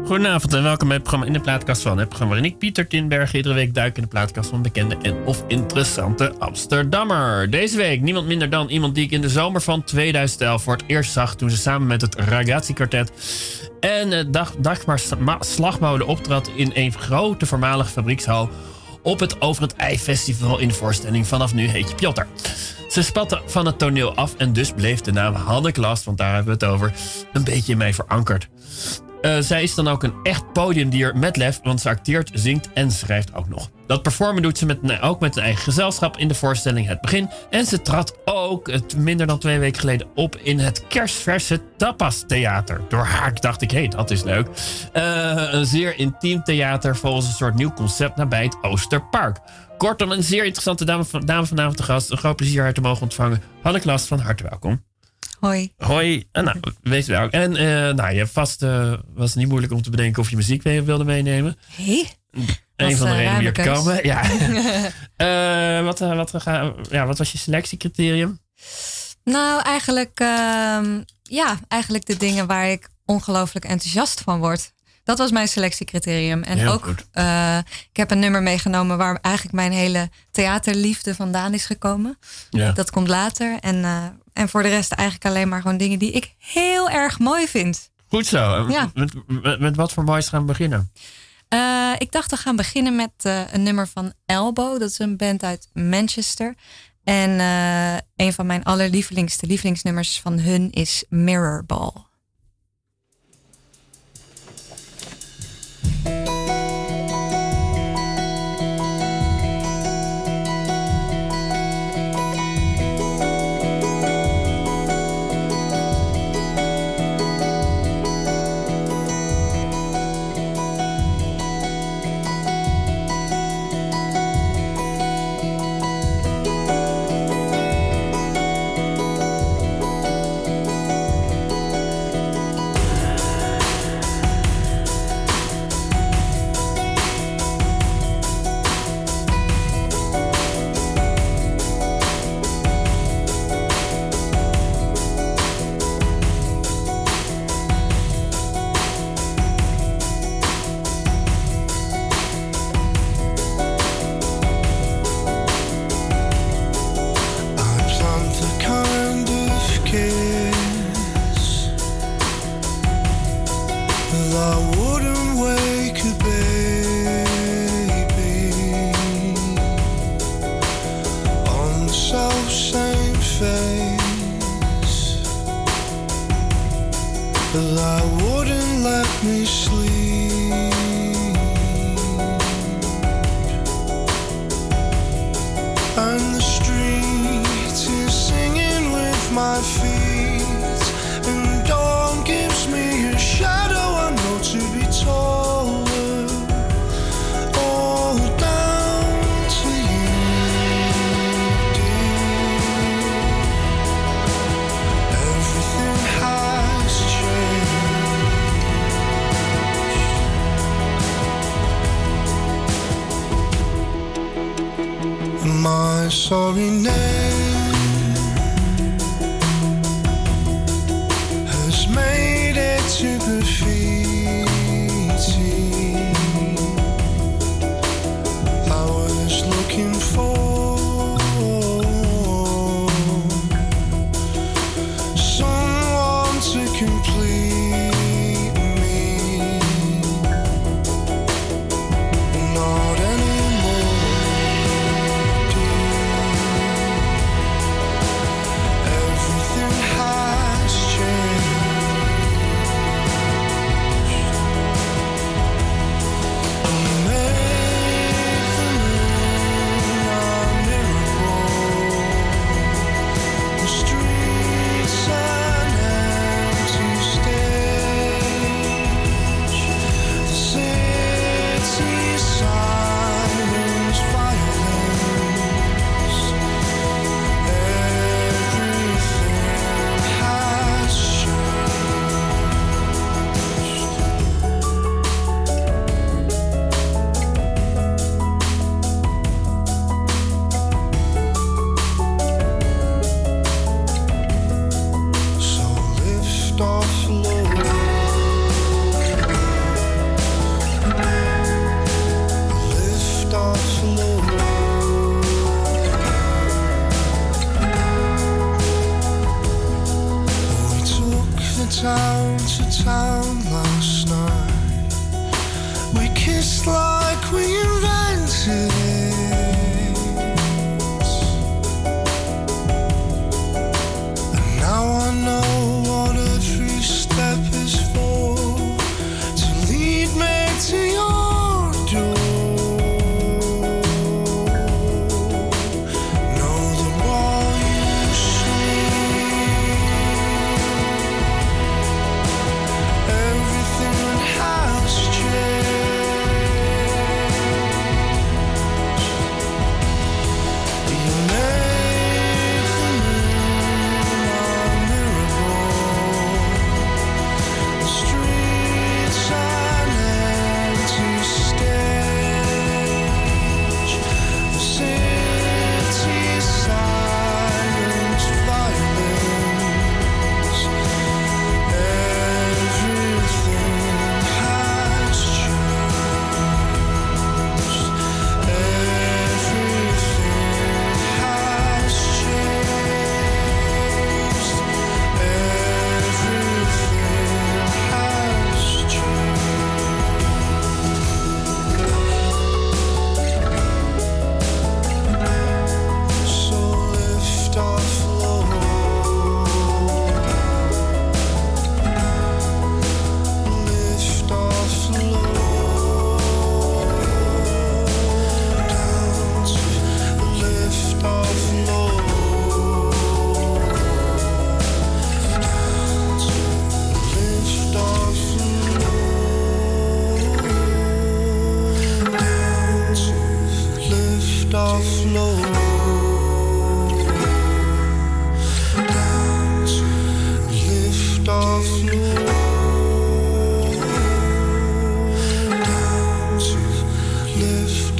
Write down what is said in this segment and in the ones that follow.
Goedenavond en welkom bij het programma In de Plaatkast van. Het programma waarin ik, Pieter Tinberg, iedere week duik in de plaatkast van bekende en of interessante Amsterdammer. Deze week niemand minder dan iemand die ik in de zomer van 2011 voor het eerst zag toen ze samen met het Ragazzi Quartet en Dagmar Slagmolen optrad in een grote voormalige fabriekshal op het Over het IJ Festival in de voorstelling Vanaf Nu heet je Piotr. Ze spatte van het toneel af en dus bleef de naam Hanneke Last, want daar hebben we het over, een beetje in mij verankerd. Zij is dan ook een echt podiumdier met lef, want ze acteert, zingt en schrijft ook nog. Dat performen doet ze ook met een eigen gezelschap in de voorstelling Het Begin. En ze trad ook minder dan 2 weken geleden op in het kerstverse Tapas Theater. Door haar dacht ik, hé, dat is leuk. Een zeer intiem theater volgens een soort nieuw concept nabij het Oosterpark. Kortom, een zeer interessante dame vanavond te gast. Een groot plezier haar te mogen ontvangen. Hanneke Last, van harte welkom. Hoi. Hoi. Nou, wees welkom. En je vast was het niet moeilijk om te bedenken of je muziek wilde meenemen. Hé? Een van de redenen om hier te komen. Ja. Wat was je selectiecriterium? Nou, eigenlijk de dingen waar ik ongelooflijk enthousiast van word. Dat was mijn selectiecriterium. En heel ook, goed. Ik heb een nummer meegenomen waar eigenlijk mijn hele theaterliefde vandaan is gekomen. Ja. Dat komt later. En voor de rest eigenlijk alleen maar gewoon dingen die ik heel erg mooi vind. Goed zo. Ja. Met wat voor moois gaan we beginnen? Ik dacht we gaan beginnen met een nummer van Elbow. Dat is een band uit Manchester. En een van mijn lievelingsnummers van hun is Mirrorball. Sorry name has made it to graffiti. I was looking for someone to complete me. Not anymore.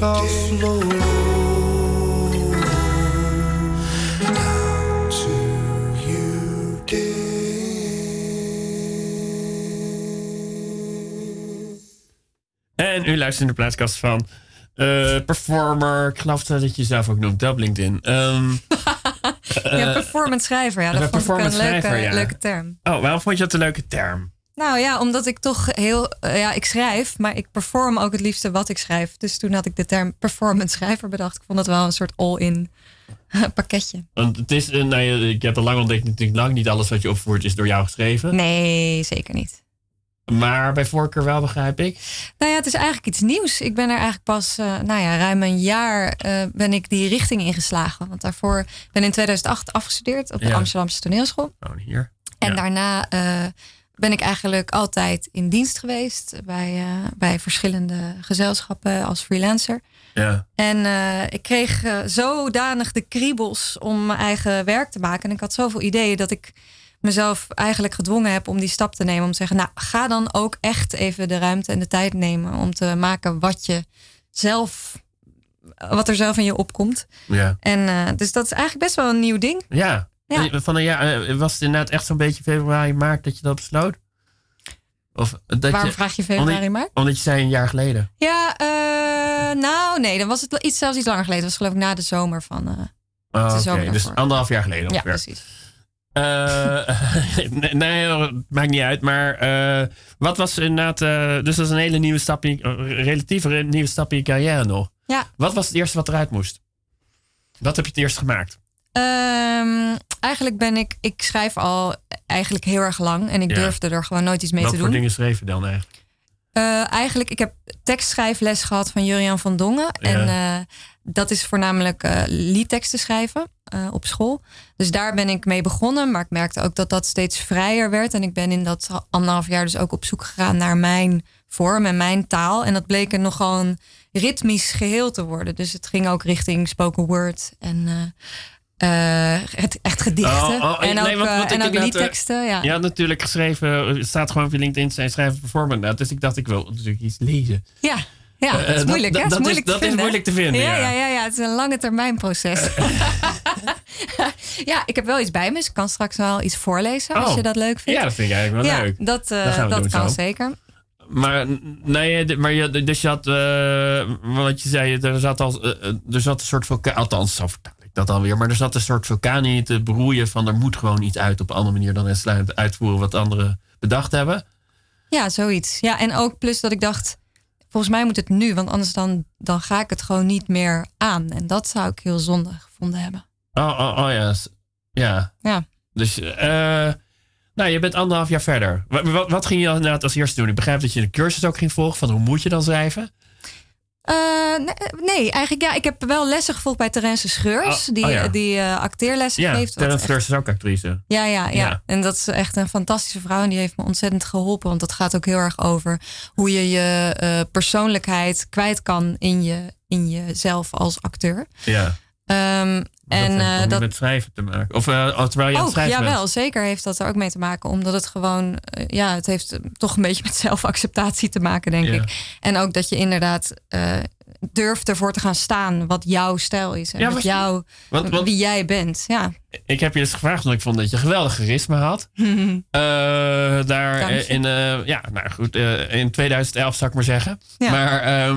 flow down to you, dear. En u luistert in de plaatkast van performer. Ik geloof dat je jezelf ook noemt op LinkedIn. Ja, performance schrijver. Ja, dat vond ik performance een schrijver, leuke term. Oh, waarom vond je dat een leuke term? Nou ja, omdat ik toch heel... ik schrijf, maar ik perform ook het liefste wat ik schrijf. Dus toen had ik de term performance schrijver bedacht. Ik vond het wel een soort all-in pakketje. Want het is, ik heb al lang ontdekt natuurlijk lang niet alles wat je opvoert is door jou geschreven. Nee, zeker niet. Maar bij voorkeur wel, begrijp ik. Nou ja, het is eigenlijk iets nieuws. Ik ben er eigenlijk pas, ruim een jaar ben ik die richting ingeslagen. Want daarvoor ben in 2008 afgestudeerd op de Amsterdamse toneelschool. Oh, hier. En daarna ben ik eigenlijk altijd in dienst geweest bij verschillende gezelschappen als freelancer. Ja. En ik kreeg zodanig de kriebels om mijn eigen werk te maken. En ik had zoveel ideeën dat ik mezelf eigenlijk gedwongen heb om die stap te nemen. Om te zeggen, nou, ga dan ook echt even de ruimte en de tijd nemen om te maken wat er zelf in je opkomt. Ja. En dus dat is eigenlijk best wel een nieuw ding. Ja. Ja. Van een jaar, was het inderdaad echt zo'n beetje februari, maart dat je dat besloot? Of dat Waarom vraag je februari, maart? Omdat je zei een jaar geleden. Ja, nee, dan was het zelfs iets langer geleden. Dat was geloof ik na de zomer van Oké, dus 1,5 jaar geleden ongeveer. Ja, precies. Nee, maakt niet uit. Maar wat was inderdaad... dus dat is een hele nieuwe stap, relatief nieuwe stap in je carrière nog. Ja. Wat was het eerste wat eruit moest? Wat heb je het eerst gemaakt? Eigenlijk ik schrijf al eigenlijk heel erg lang. En ik durfde er gewoon nooit iets mee te doen. Wat voor dingen schreef je dan eigenlijk? Eigenlijk, ik heb tekstschrijfles gehad van Jurian van Dongen. Ja. En dat is voornamelijk liedteksten schrijven op school. Dus daar ben ik mee begonnen. Maar ik merkte ook dat dat steeds vrijer werd. En ik ben in dat 1,5 jaar dus ook op zoek gegaan naar mijn vorm en mijn taal. En dat bleek een nogal een ritmisch geheel te worden. Dus het ging ook richting spoken word en echt gedichten. En ook liedteksten. Ja. Ja, natuurlijk geschreven. Het staat gewoon op je LinkedIn zijn schrijven performer. Dus ik dacht, ik wil natuurlijk iets lezen. Ja. Ja, dat is moeilijk, hè? Dat is moeilijk te vinden. Ja, het is een lange termijn proces. Ja, ik heb wel iets bij me, dus ik kan straks wel iets voorlezen als je dat leuk vindt. Ja, dat vind ik eigenlijk wel leuk. Dat kan zeker. Maar dus je had, wat je zei, er zat een soort vulkaan, althans zo vertaal ik dat alweer, maar er zat een soort vulkaan in je te broeien van er moet gewoon iets uit op een andere manier dan het uitvoeren wat anderen bedacht hebben. Ja, zoiets. Ja, en ook plus dat ik dacht, volgens mij moet het nu, want anders dan ga ik het gewoon niet meer aan. En dat zou ik heel zonde gevonden hebben. Ja. Dus, je bent 1,5 jaar verder. Wat ging je inderdaad als eerste doen? Ik begrijp dat je de cursus ook ging volgen van hoe moet je dan schrijven? Nee, eigenlijk ik heb wel lessen gevolgd bij Terence Scheurs. Die acteerlessen geeft. Terence Scheurs is ook actrice. Ja. En dat is echt een fantastische vrouw. En die heeft me ontzettend geholpen. Want dat gaat ook heel erg over hoe je je persoonlijkheid kwijt kan in jezelf als acteur. Ja. Dat heeft met schrijven te maken? Of terwijl je aan het schrijven bent? Jawel, zeker heeft dat er ook mee te maken. Omdat het gewoon, het heeft toch een beetje met zelfacceptatie te maken, denk ik. En ook dat je inderdaad durft ervoor te gaan staan wat jouw stijl is. En wie jij bent. Ja. Ik heb je dus gevraagd, omdat ik vond dat je geweldig charisma had. In 2011 zou ik maar zeggen. Ja. Maar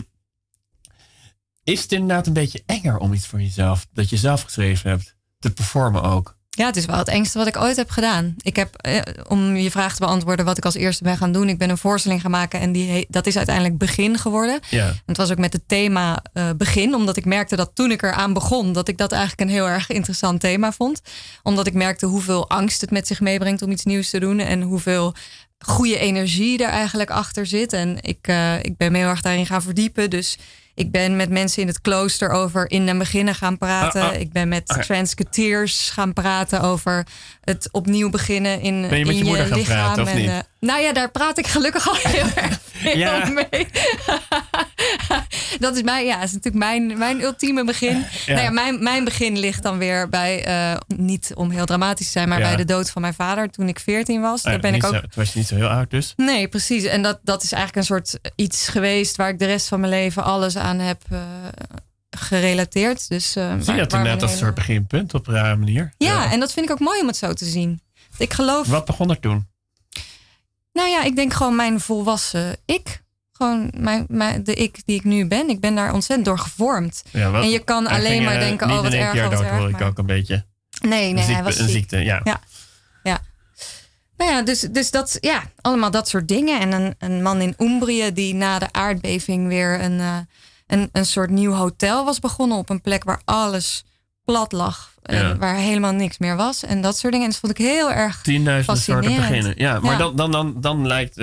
is het inderdaad een beetje enger om iets voor jezelf, dat je zelf geschreven hebt, te performen ook? Ja, het is wel het engste wat ik ooit heb gedaan. Ik heb, om je vraag te beantwoorden wat ik als eerste ben gaan doen, ik ben een voorstelling gaan maken en dat is uiteindelijk Begin geworden. Ja. Het was ook met het thema Begin, omdat ik merkte dat toen ik eraan begon, dat ik dat eigenlijk een heel erg interessant thema vond. Omdat ik merkte hoeveel angst het met zich meebrengt om iets nieuws te doen en hoeveel goede energie er eigenlijk achter zit. En ik ben me heel erg daarin gaan verdiepen, dus ik ben met mensen in het klooster over in en beginnen gaan praten. Ik ben met transketeers gaan praten over het opnieuw beginnen in je met je moeder gaan lichaam. Praten, of niet? Daar praat ik gelukkig al heel erg veel mee. dat is is natuurlijk mijn ultieme begin. Ja. Nou ja, mijn begin ligt dan weer bij, niet om heel dramatisch te zijn, maar bij de dood van mijn vader toen ik 14 was. Daar ben ik ook. Toen was je niet zo heel oud dus. Nee, precies. En dat is eigenlijk een soort iets geweest waar ik de rest van mijn leven alles aan heb gerelateerd. Dus, zie je dat inderdaad als een soort beginpunt op een rare manier? Ja, en dat vind ik ook mooi om het zo te zien. Ik geloof. Wat begon er toen? Nou ja, ik denk gewoon mijn volwassen ik. Gewoon de ik die ik nu ben. Ik ben daar ontzettend door gevormd. Ja, en je kan alleen maar denken, wat erg, wat erg. Dat hoor ik ook een beetje. Nee, hij was een ziekte, ja. Nou ja, dus dat, allemaal dat soort dingen. En een man in Umbrië die na de aardbeving weer een soort nieuw hotel was begonnen op een plek waar alles plat lag. En waar helemaal niks meer was. En dat soort dingen. En dat vond ik heel erg 10.000 soorten beginnen. Ja, maar dan lijkt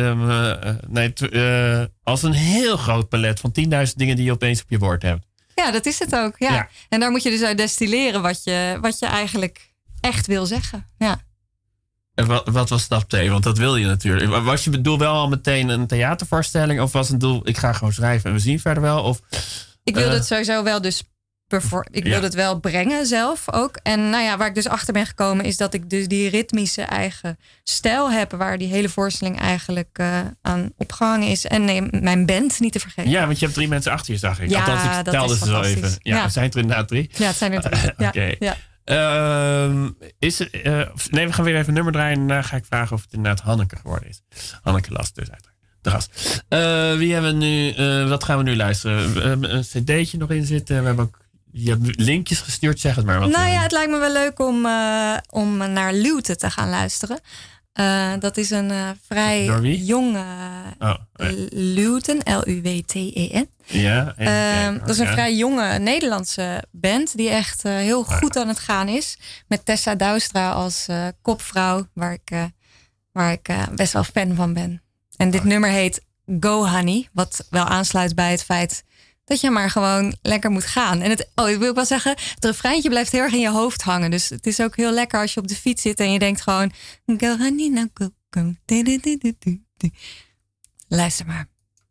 als een heel groot palet van 10.000 dingen die je opeens op je woord hebt. Ja, dat is het ook. Ja. En daar moet je dus uit destilleren wat je eigenlijk echt wil zeggen. Ja. En wat was stap 2? Want dat wil je natuurlijk. Was je doel wel al meteen een theatervoorstelling? Of was het doel, ik ga gewoon schrijven en we zien verder wel? Of, ik wilde het sowieso wel dus ik wilde het wel brengen zelf ook. En nou ja, waar ik dus achter ben gekomen is dat ik dus die ritmische eigen stijl heb. Waar die hele voorstelling eigenlijk aan opgehangen is. En mijn band niet te vergeten. Ja, want je hebt 3 mensen achter je, zag ik. Ja, althans, ik telde ze zo even. Ja, zijn het er inderdaad 3? Ja, het zijn er 3. Oké. Ja. We gaan weer even een nummer draaien. En daarna ga ik vragen of het inderdaad Hanneke geworden is. Hanneke Last dus uiteraard. De gast. Wie hebben we nu? Wat gaan we nu luisteren? Een cd'tje nog in zitten. We hebben ook, je hebt linkjes gestuurd, zeg het maar. Nou ja, het lijkt me wel leuk om naar Luton te gaan luisteren. Dat is een vrij jonge Luton, Luwten. Ja, dat is een vrij jonge Nederlandse band die echt heel goed aan het gaan is. Met Tessa Douwstra als kopvrouw, waar ik best wel fan van ben. En dit nummer heet Go Honey, wat wel aansluit bij het feit dat je maar gewoon lekker moet gaan. En ik wil wel zeggen, het refreintje blijft heel erg in je hoofd hangen. Dus het is ook heel lekker als je op de fiets zit en je denkt gewoon, go honey, now go, go. Luister maar.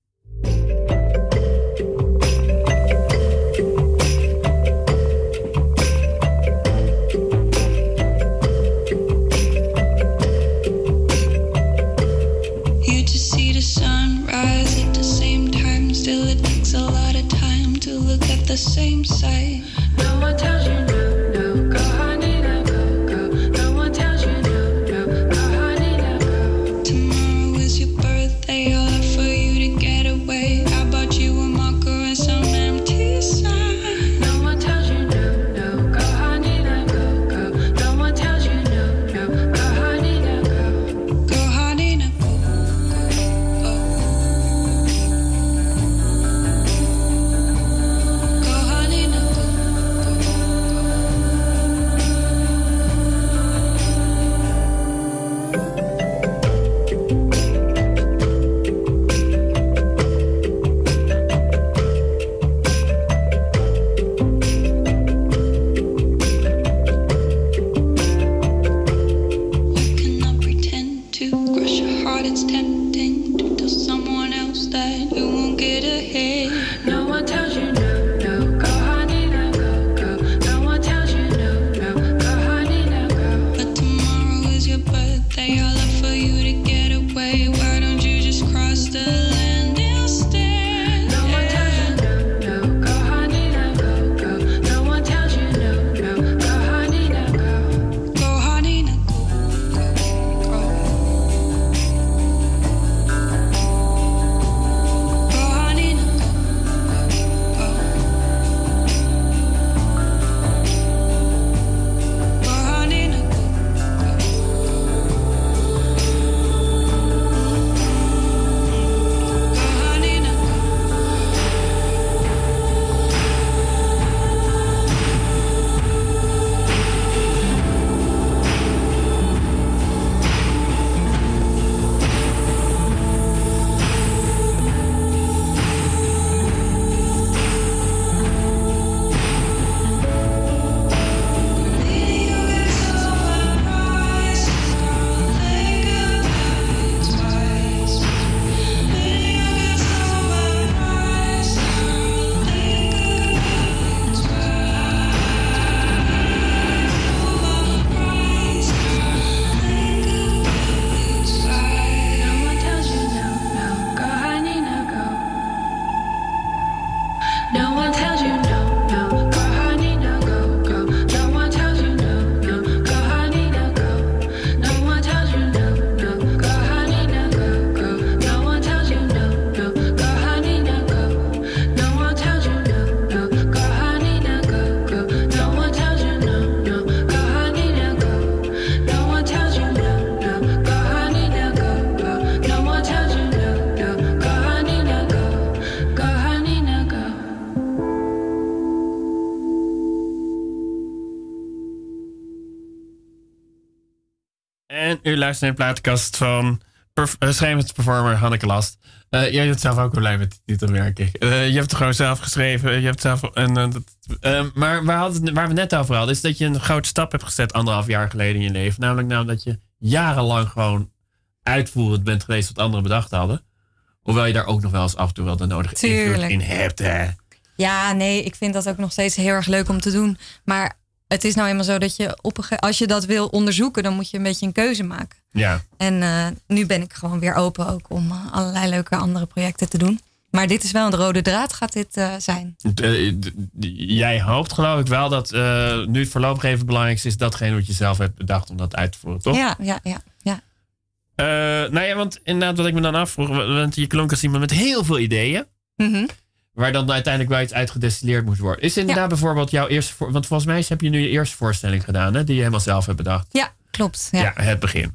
You just see the sun rise at the same time. Still it takes a lot of time to look at the same sight. No one tells you no, go honey, now go, go. No one tells you no, go honey, now go. Tomorrow is your birthday, all I for you to get away. I bought you a marker and some empty sign. No one tells you no, go honey, now go, go. No one tells you no, go honey, now go. Go honey, now go. It's tempting to tell someone else that you won't get ahead. No one tells you no, go honey, now go, go. No one tells you no, go honey, now go. But tomorrow is your birthday, I'll love for you to get away. Why don't you just cross the land instead? No one tells you no, go honey, now go, go. No one tells you no, go honey, now go. Go honey, now go, go, go. u luistert naar de plaatkast van schrijvend performer Hanneke Last. Jij bent zelf ook wel blij met de titel, merk ik. Je hebt het gewoon zelf geschreven. Je hebt zelf, maar waar we het net over hadden, is dat je een grote stap hebt gezet 1,5 jaar geleden in je leven. Namelijk dat je jarenlang gewoon uitvoerend bent geweest wat anderen bedacht hadden. Hoewel je daar ook nog wel eens af en toe wel de nodige invloed in hebt. Hè? Ja, nee, ik vind dat ook nog steeds heel erg leuk om te doen. Maar het is nou eenmaal zo dat je als je dat wil onderzoeken, dan moet je een beetje een keuze maken. Ja. En nu ben ik gewoon weer open ook om allerlei leuke andere projecten te doen. Maar dit is wel een rode draad, gaat dit zijn. Jij hoopt geloof ik wel dat nu het voorlopig even belangrijkste is datgene wat je zelf hebt bedacht om dat uit te voeren, toch? Ja. Nou ja, want inderdaad wat ik me dan afvroeg, want je klonk als iemand met heel veel ideeën. Mm-hmm. Waar dan uiteindelijk wel iets uitgedestilleerd moet worden. Is inderdaad bijvoorbeeld jouw eerste... Want volgens mij heb je nu je eerste voorstelling gedaan, hè? Die je helemaal zelf hebt bedacht. Ja, klopt. Ja, het begin.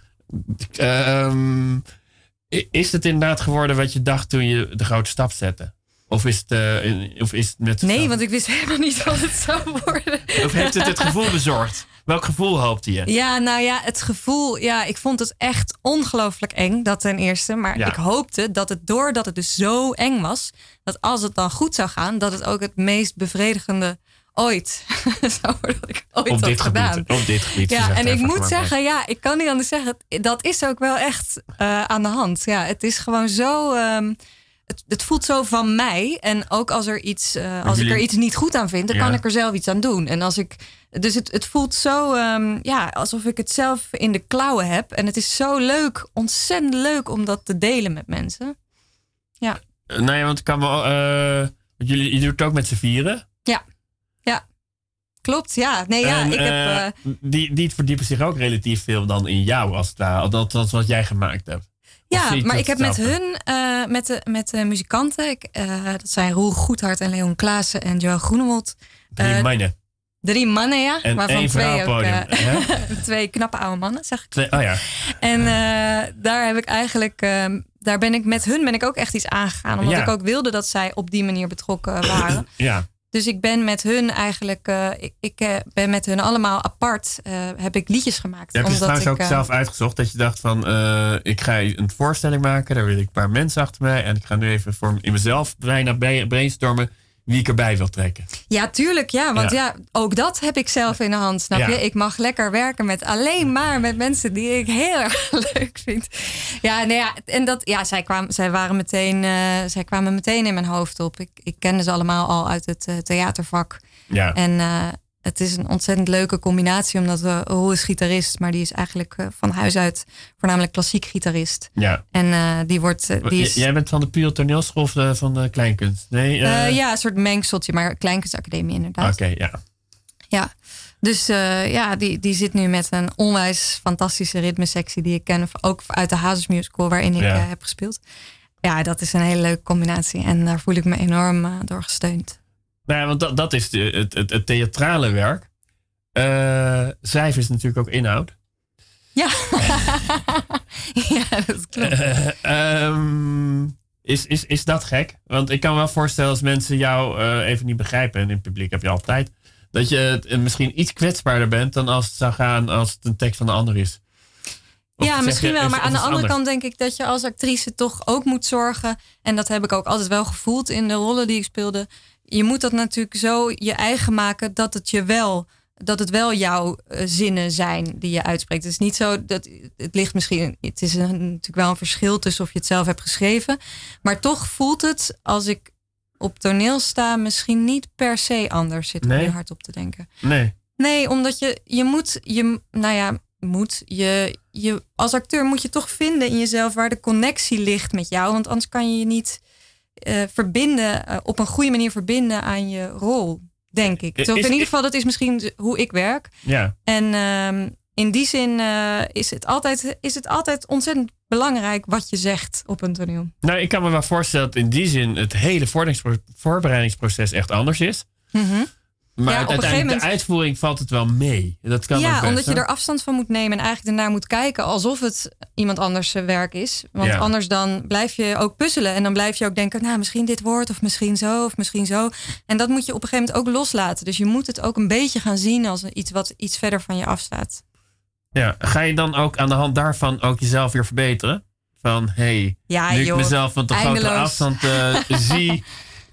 Is het inderdaad geworden wat je dacht toen je de grote stap zette? Of is het met... Nee, want ik wist helemaal niet wat het zou worden. Of heeft het gevoel bezorgd? Welk gevoel hoopte je? Ja, nou ja, het gevoel... Ja, ik vond het echt ongelooflijk eng, dat ten eerste. Maar ik hoopte dat doordat het dus zo eng was, dat als het dan goed zou gaan, dat het ook het meest bevredigende ooit zou worden dat ik ooit had gedaan. Op dit gebied. Ja, en ik moet zeggen, ik kan niet anders zeggen, dat is ook wel echt aan de hand. Ja, het is gewoon zo... Het voelt zo van mij. En ook als er ik er iets niet goed aan vind, dan kan ik er zelf iets aan doen. En dus het voelt zo alsof ik het zelf in de klauwen heb. En het is zo leuk, ontzettend leuk om dat te delen met mensen. Ja. Nou ja, want ik kan wel... je doet het ook met z'n vieren. Ja. Klopt, ja. Nee, en, ik heb... Die verdiepen zich ook relatief veel dan in jou, als het ware. Dat is wat jij gemaakt hebt. Ja, maar ik heb met hun, met de muzikanten, dat zijn Roel Goedhart en Leon Klaassen en Joël Groenewold. 3 mannen. 3 mannen, ja. En waarvan 1 2 ook 2 knappe oude mannen, zeg ik. 2, oh ja. En daar heb ik eigenlijk, met hun ben ik ook echt iets aangegaan. Omdat ik ook wilde dat zij op die manier betrokken waren. Ja. Dus ik ben met hun eigenlijk, ben met hun allemaal apart, heb ik liedjes gemaakt. Je hebt je trouwens ook zelf uitgezocht dat je dacht van, ik ga een voorstelling maken. Daar wil ik een paar mensen achter mij. En ik ga nu even in mezelf bijna brainstormen wie ik erbij wil trekken. Ja, tuurlijk. Ja, want ook dat heb ik zelf in de hand. Snap je? Ik mag lekker werken met alleen maar met mensen die ik heel erg leuk vind. Ja, nee, en dat, zij kwamen meteen in mijn hoofd op. Ik kende ze allemaal al uit het theatervak. Ja. En het is een ontzettend leuke combinatie, omdat Roel is gitarist, maar die is eigenlijk van huis uit voornamelijk klassiek gitarist. Ja. En Jij bent van de pure toneelschool of van de kleinkunst? Nee. Ja, een soort mengseltje, maar kleinkunstacademie inderdaad. Oké, ja. Ja. Dus die zit nu met een onwijs fantastische ritmesectie die ik ken, ook uit de Hazes Musical waarin ik heb gespeeld. Ja, dat is een hele leuke combinatie en daar voel ik me enorm door gesteund. Nou ja, want dat is het theatrale werk. Schrijven is natuurlijk ook inhoud. Ja, ja, dat klopt. Is dat gek? Want ik kan me wel voorstellen als mensen jou even niet begrijpen, en in het publiek heb je altijd, dat je misschien iets kwetsbaarder bent dan als het zou gaan als het een tekst van een ander is. Ja, misschien wel. Maar aan de andere kant denk ik dat je als actrice toch ook moet zorgen. En dat heb ik ook altijd wel gevoeld in de rollen die ik speelde. Je moet dat natuurlijk zo je eigen maken dat het wel jouw zinnen zijn die je uitspreekt. Het is niet zo dat het ligt misschien. Het is natuurlijk wel een verschil tussen of je het zelf hebt geschreven. Maar toch voelt het als ik op toneel sta misschien niet per se anders. Zit er hard op te denken. Nee, omdat je als acteur moet je toch vinden in jezelf waar de connectie ligt met jou. Want anders kan je je niet op een goede manier verbinden aan je rol, denk ik. In ieder geval, dat is misschien hoe ik werk. Ja. En in die zin is het altijd ontzettend belangrijk wat je zegt op een toneel. Nou, ik kan me wel voorstellen dat in die zin het hele voorbereidingsproces echt anders is. Mm-hmm. Maar uiteindelijk de uitvoering valt het wel mee. Dat kan ook best, omdat je er afstand van moet nemen en eigenlijk ernaar moet kijken alsof het iemand anders werk is. Want anders dan blijf je ook puzzelen en dan blijf je ook denken, nou misschien dit woord of misschien zo of misschien zo. En dat moet je op een gegeven moment ook loslaten. Dus je moet het ook een beetje gaan zien als iets wat iets verder van je afstaat. Ja, ga je dan ook aan de hand daarvan ook jezelf weer verbeteren? Van, Ja, nu ik joh, mezelf van te grotere eindeloos. afstand zie...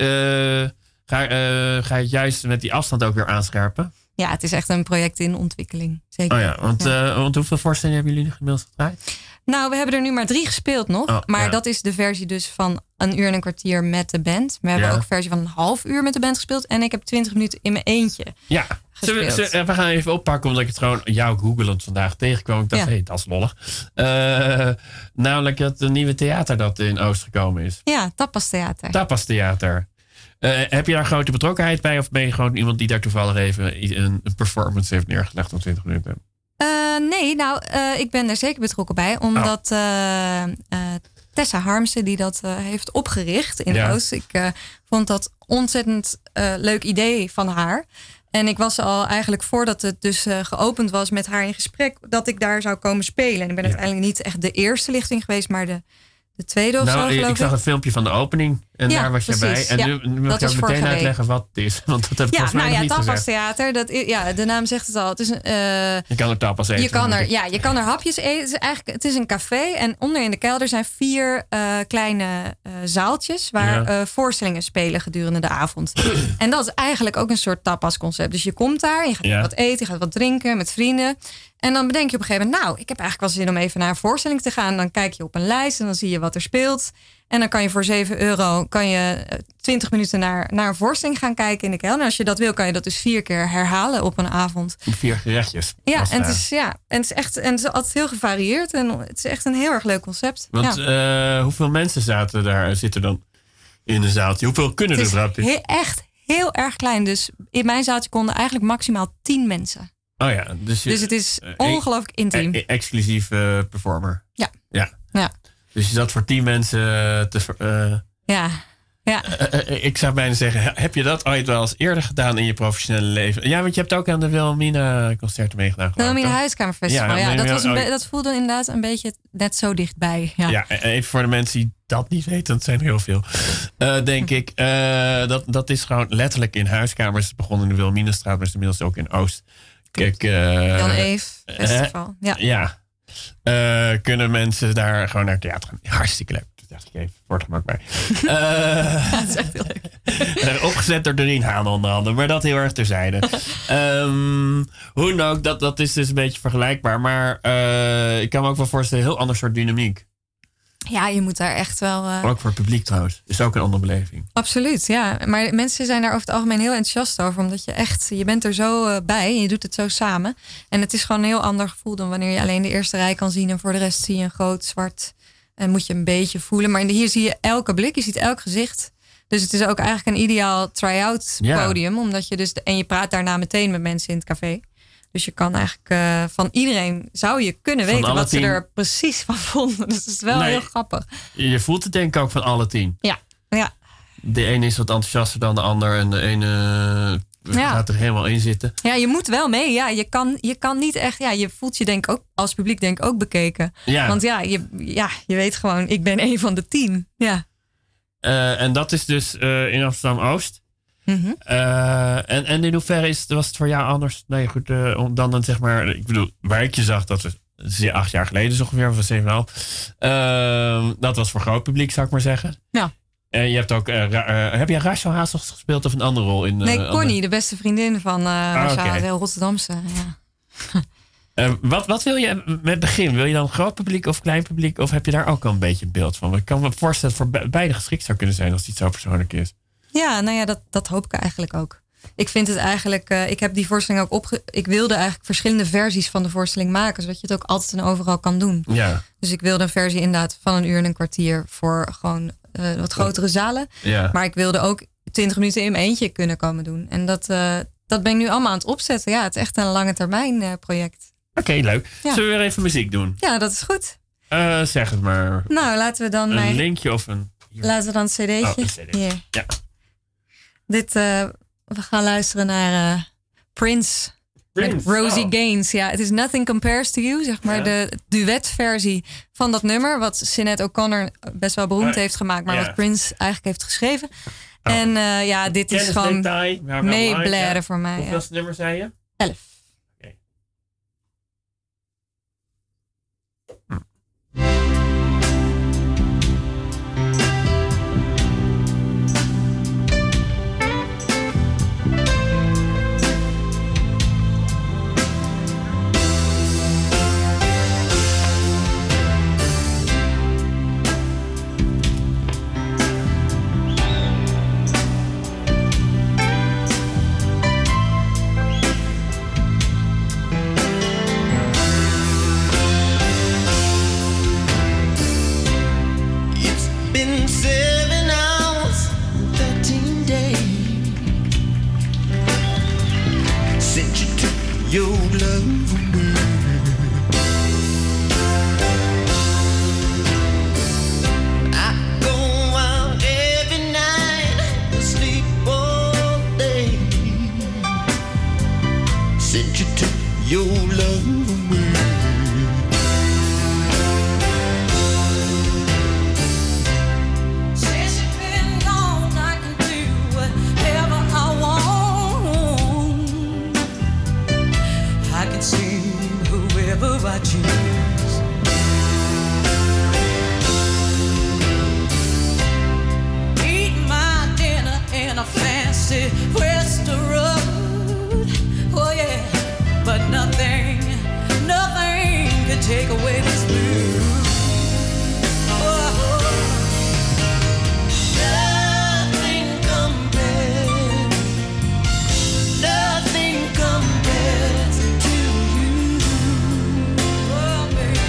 ga je het juist met die afstand ook weer aanscherpen? Ja, het is echt een project in ontwikkeling. Zeker. Oh ja, want hoeveel voorstellingen hebben jullie nu gemiddeld gedraaid? Nou, we hebben er nu maar 3 gespeeld nog. Oh, maar ja. dat is de versie dus van 1 uur en een kwartier met de band. We hebben ook een versie van een half uur met de band gespeeld. En ik heb 20 minuten in mijn eentje. Ja, we gaan even oppakken omdat ik het gewoon jou googelend vandaag tegenkwam. Ik dacht, dat is lollig. Namelijk het nieuwe theater dat in Oost gekomen is. Ja, Tapas Theater. Tapas Theater. Heb je daar grote betrokkenheid bij? Of ben je gewoon iemand die daar toevallig even een performance heeft neergelegd van 20 minuten? Nee, nou, ik ben er zeker betrokken bij. Omdat Tessa Harmsen, die dat heeft opgericht in Oost. Ik vond dat ontzettend leuk idee van haar. En ik was al eigenlijk voordat het dus geopend was met haar in gesprek... dat ik daar zou komen spelen. En ik ben uiteindelijk niet echt de eerste lichting geweest, maar de tweede of zo, geloof ik. Ik zag een filmpje van de opening en daar was je bij. En nu moet je ook meteen uitleggen wat het is. Want dat heb ik volgens mij nog niet Tapas gezegd. Theater, de naam zegt het al. Het is Je kan er tapas eten. Je kan er hapjes eten. Het is een café en onder in de kelder zijn 4 kleine zaaltjes... waar voorstellingen spelen gedurende de avond. En dat is eigenlijk ook een soort tapas concept. Dus je komt daar, je gaat wat eten, je gaat wat drinken met vrienden... En dan bedenk je op een gegeven moment... ik heb eigenlijk wel zin om even naar een voorstelling te gaan. Dan kijk je op een lijst en dan zie je wat er speelt. En dan kan je voor €7 20 minuten naar een voorstelling gaan kijken in de kelder. En als je dat wil, kan je dat dus 4 keer herhalen op een avond. 4 gerechtjes. Ja, en het is echt en het is altijd heel gevarieerd. En het is echt een heel erg leuk concept. Want hoeveel mensen zitten dan in een zaaltje? Hoeveel kunnen er überhaupt in? Echt heel erg klein. Dus in mijn zaaltje konden eigenlijk maximaal 10 mensen. Oh ja, dus het is ongelooflijk intiem. Exclusief performer. Ja. Dus je zat voor 10 mensen Ja. ik zou bijna zeggen, heb je dat ooit wel eens eerder gedaan in je professionele leven? Ja, want je hebt ook aan de Wilhelmina concerten meegedaan. Wilhelmina Huiskamerfestival, Ja, dat voelde inderdaad een beetje net zo dichtbij. Ja, even voor de mensen die dat niet weten, dat zijn er heel veel. Denk ik, dat is gewoon letterlijk in huiskamers begonnen in de Wilhelminastraat, maar is inmiddels ook in Oost. Kijk, Jan Eef Festival. Kunnen mensen daar gewoon naar theater gaan? Hartstikke leuk. Dat dacht ik even voor het gemak bij. Dat is echt heel leuk. Opgezet door Doreen Haan onder andere, maar dat heel erg terzijde. Hoe dan ook, dat is dus een beetje vergelijkbaar. Maar ik kan me ook wel voorstellen, een heel ander soort dynamiek. Ja, je moet daar echt wel... Ook voor het publiek trouwens. Is ook een andere beleving. Absoluut, ja. Maar mensen zijn daar over het algemeen heel enthousiast over. Omdat je bent er zo bij en je doet het zo samen. En het is gewoon een heel ander gevoel dan wanneer je alleen de eerste rij kan zien. En voor de rest zie je een groot zwart. En moet je een beetje voelen. Maar hier zie je elke blik, je ziet elk gezicht. Dus het is ook eigenlijk een ideaal try-out podium. Omdat je en je praat daarna meteen met mensen in het café. Dus je kan eigenlijk van iedereen zou je kunnen weten wat ze er precies van vonden. Dus het is wel heel grappig. Je voelt het denk ik ook van alle 10. Ja. De ene is wat enthousiaster dan de ander. En de ene gaat er helemaal in zitten. Ja, je moet wel mee. Ja, je kan niet echt... Ja, je voelt je denk ik ook als publiek denk ik ook bekeken. Ja. Want je weet gewoon, ik ben een van de 10. Ja. En dat is dus in Amsterdam-Oost. Mm-hmm. En in hoeverre was het voor jou anders? Nee, goed, dan zeg maar... Ik bedoel, waar ik je zag, dat was 8 jaar geleden zo ongeveer, of 7,5. Dat was voor groot publiek, zou ik maar zeggen. Ja. En je hebt ook... heb jij Rachel Hazels gespeeld of een andere rol? Nee, Connie, de beste vriendin van Rachel, heel Rotterdamse. Ja. Wat wil je met begin? Wil je dan groot publiek of klein publiek? Of heb je daar ook al een beetje een beeld van? Ik kan me voorstellen dat voor beide geschikt zou kunnen zijn als het iets zo persoonlijk is. Ja, nou ja, dat hoop ik eigenlijk ook. Ik vind het eigenlijk... ik heb die voorstelling ook ik wilde eigenlijk verschillende versies van de voorstelling maken. Zodat je het ook altijd en overal kan doen. Ja. Dus ik wilde een versie inderdaad van 1 uur en een kwartier voor gewoon wat grotere zalen. Ja. Maar ik wilde ook 20 minuten in mijn eentje kunnen komen doen. En dat ben ik nu allemaal aan het opzetten. Ja, het is echt een lange termijn project. Oké, leuk. Ja. Zullen we weer even muziek doen? Ja, dat is goed. Zeg het maar. Nou, laten we dan... Een linkje of een... Laten we dan een cd'tje. Oh, een cd. Yeah. Ja. We gaan luisteren naar Prince. Met Rosie Gaines. Ja, het is Nothing Compares to You. Zeg maar de duetversie van dat nummer. Wat Sinead O'Connor best wel beroemd heeft gemaakt. Maar wat Prince eigenlijk heeft geschreven. Oh. En dit is gewoon meebladeren voor mij. Hoeveel nummer zei je? 11. 7 hours, 13 days. Since you took your love away. I go out every night, sleep all day. Since you took your love away. I choose. Eat my dinner in a fancy restaurant. Oh yeah, but nothing could take away this blues. Oh, nothing compares. Nothing compares to you. Oh, baby.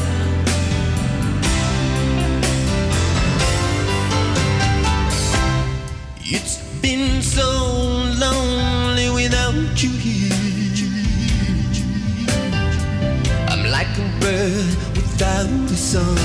It's been so lonely without you here. I'm like a bird without a song.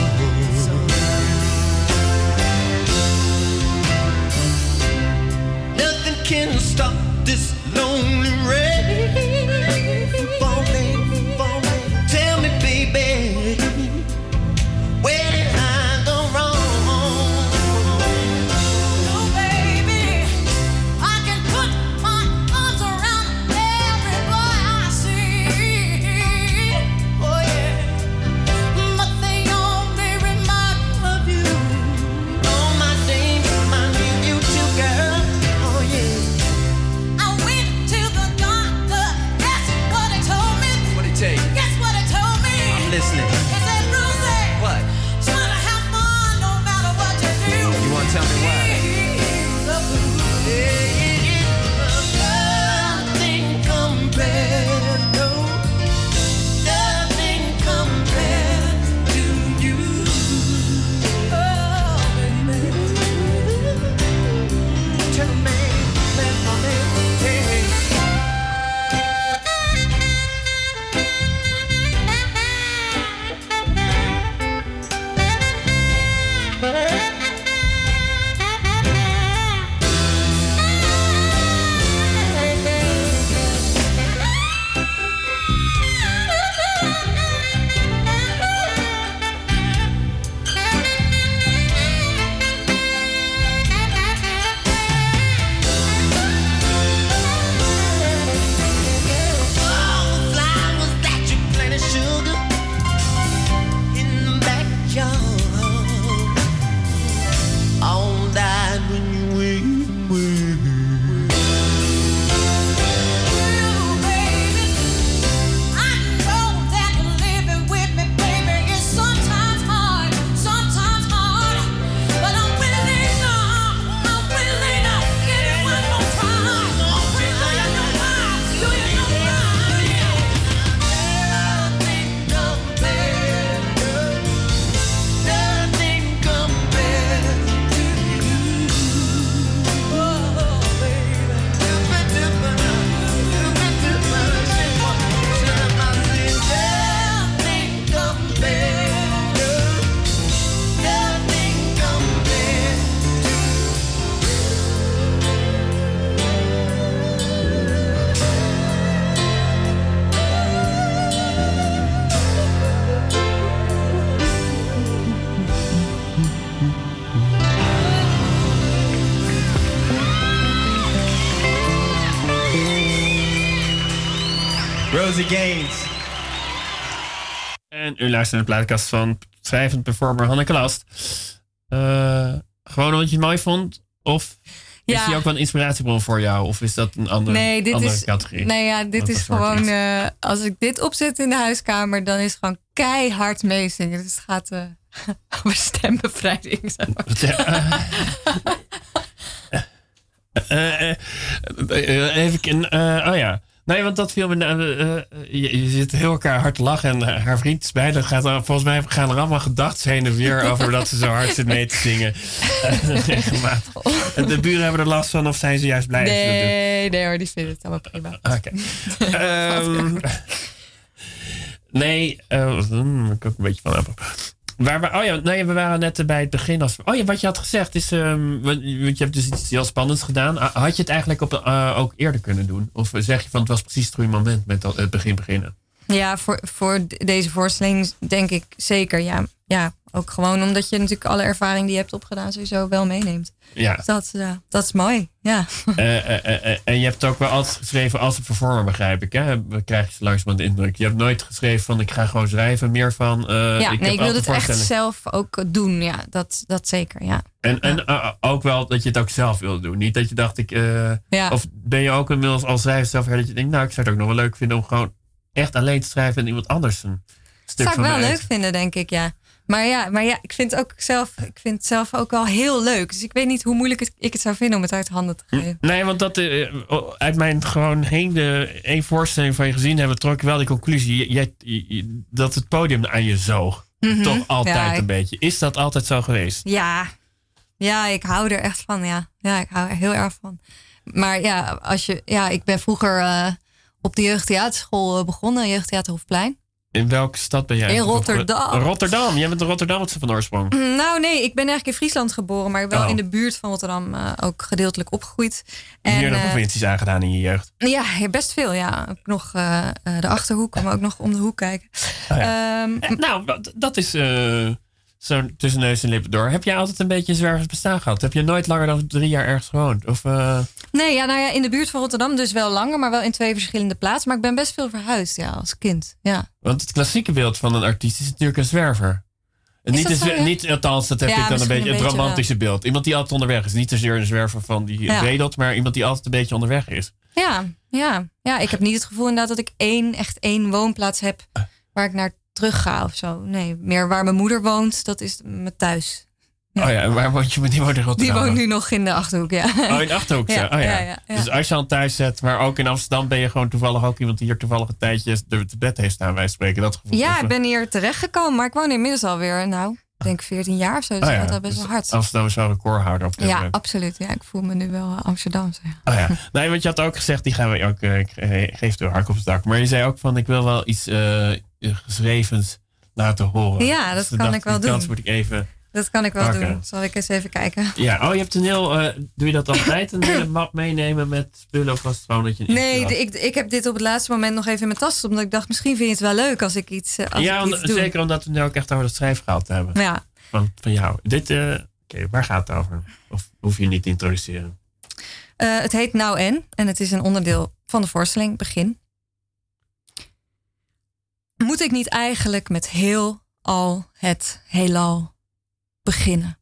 Nothing can stop this lonely rain from falling, falling. Tell me, baby, where did I go wrong? Oh, baby, I can put my arms around every boy I see. Oh, yeah, but they only remind me of you. All my days remind me of you too, girl. Oh, yeah. I went to the doctor. Guess what he told me? What'd he tell you? Guess what he told me? I'm listening. He said, Rosie, What? just wanna have fun no matter what you do. You wanna tell me why? Nothing compares, no. Nothing compares to you. Oh, baby. Tell me, hey. All the flowers that you planted, sugar, in the backyard, all died when you went away. Well, baby, I know that living with me, baby, is sometimes hard, but I'm willing to give it one more try. Do you know why? Nothing compares, nothing compares to you. Oh, baby. Nothing compares, nothing compares. Rosie Gaines. En u luistert naar de plaatkast van schrijvend performer Hanneke Last. Gewoon omdat je het mooi vond? Of is Ja. die ook wel een inspiratiebron voor jou? Of is dat een andere, andere categorie? Nee, ja, dit Wat is voor gewoon. iets? Als ik dit opzet in de huiskamer, dan is het gewoon keihard meezingen. Dus het gaat over stembevrijding. Zo. Even. Oh ja. Nee, want dat viel me... je zit heel elkaar hard te lachen en haar vriend is bij. Volgens mij gaan er allemaal gedachten heen en weer over dat ze zo hard zit mee te zingen. Regelmatig. De buren hebben er last van of zijn ze juist blij als je dat doet? Nee hoor, die vinden het allemaal prima. Oké. Moet ik ook een beetje van hebben. We waren net bij het begin. Wat je had gezegd is... want je hebt dus iets heel spannends gedaan. Had je het eigenlijk ook eerder kunnen doen? Of zeg je van het was precies het goede moment met het beginnen? Ja, voor deze voorstelling denk ik zeker. Ja, ook gewoon omdat je natuurlijk alle ervaring die je hebt opgedaan sowieso wel meeneemt. Ja. Dus dat is mooi, ja. En je hebt ook wel altijd geschreven als een performer, begrijp ik. Hè? We krijgen je langzamerhand de indruk. Je hebt nooit geschreven van ik ga gewoon schrijven. Meer van ik wil het echt zelf ook doen. Ja, dat zeker, ja. En ook wel dat je het ook zelf wilde doen. Niet dat je dacht Of ben je ook inmiddels als schrijver zelf dat je denkt, ik zou het ook nog wel leuk vinden om gewoon echt alleen te schrijven en iemand anders een stuk zou van ik wel mij leuk vinden, denk ik, ja. Maar ja, ik vind het zelf ook wel heel leuk. Dus ik weet niet hoe moeilijk ik het zou vinden om het uit handen te geven. Nee, want dat uit mijn gewoon één voorstelling van je gezien hebben, trok ik wel die conclusie dat het podium aan je zoog. Toch altijd een beetje. Is dat altijd zo geweest? Ja, ik hou er echt van. Ja, ik hou er heel erg van. Maar ja, ik ben vroeger op de jeugdtheaterschool begonnen, Jeugdtheater Hofplein. In welke stad ben jij? In Rotterdam. Rotterdam. Jij bent een Rotterdamse van oorsprong. Nou nee, ik ben eigenlijk in Friesland geboren, maar wel in de buurt van Rotterdam ook gedeeltelijk opgegroeid. Meerdere provincies aangedaan in je jeugd. Ja, best veel. Ja, ook nog de Achterhoek, maar ook nog om de hoek kijken. Dat is zo tussen neus en lippen door. Heb jij altijd een beetje een zwerversbestaan gehad? Heb je nooit langer dan 3 jaar ergens gewoond? Of, Nee, in de buurt van Rotterdam dus wel langer, maar wel in 2 verschillende plaatsen. Maar ik ben best veel verhuisd, als kind. Ja. Want het klassieke beeld van een artiest is natuurlijk een zwerver. Niet, althans, dat heb ik dan een beetje het romantische beeld. Iemand die altijd onderweg is. Niet zozeer een zwerver van die wedelt, maar iemand die altijd een beetje onderweg is. Ja, ik heb niet het gevoel inderdaad dat ik echt één woonplaats heb waar ik naar terug ga of zo. Nee, meer waar mijn moeder woont, dat is mijn thuis. Ja. Oh ja, en waar woont je? Die woont in Rotterdam. Die woont nu nog in de Achterhoek, ja. Oh, in de Achterhoek, ja. Oh, ja. Dus als je al thuis zet, maar ook in Amsterdam ben je gewoon toevallig ook iemand die hier toevallig een tijdje te bed heeft staan, wij spreken. Dat gevoel. Ja, ik ben hier terechtgekomen, maar ik woon inmiddels alweer, ik denk 14 jaar of zo. Dus dat gaat best wel hard. Amsterdam is wel een recordhouder op dit moment. Absoluut. Ja, ik voel me nu wel Amsterdamse. Oh ja. Nee, want je had ook gezegd, die gaan we ook geeft de hak op het dak. Maar je zei ook van, ik wil wel iets geschrevens laten horen. Ja, dat kan ik wel doen. Moet ik even dat kan ik wel pakken. doen. Zal ik eens even kijken. Ja, je hebt een heel... doe je dat altijd? Een hele map meenemen met spullen of was het gewoon dat je... Nee, ik heb dit op het laatste moment nog even in mijn tas. Omdat ik dacht, misschien vind je het wel leuk als ik iets doe. Zeker omdat we nu ook echt over het schrijfgehalte hebben. Ja. Van jou. Oké, waar gaat het over? Of hoef je niet te introduceren? Het heet Nou en het is een onderdeel van de voorstelling. Begin. Moet ik niet eigenlijk met heel al het heelal beginnen?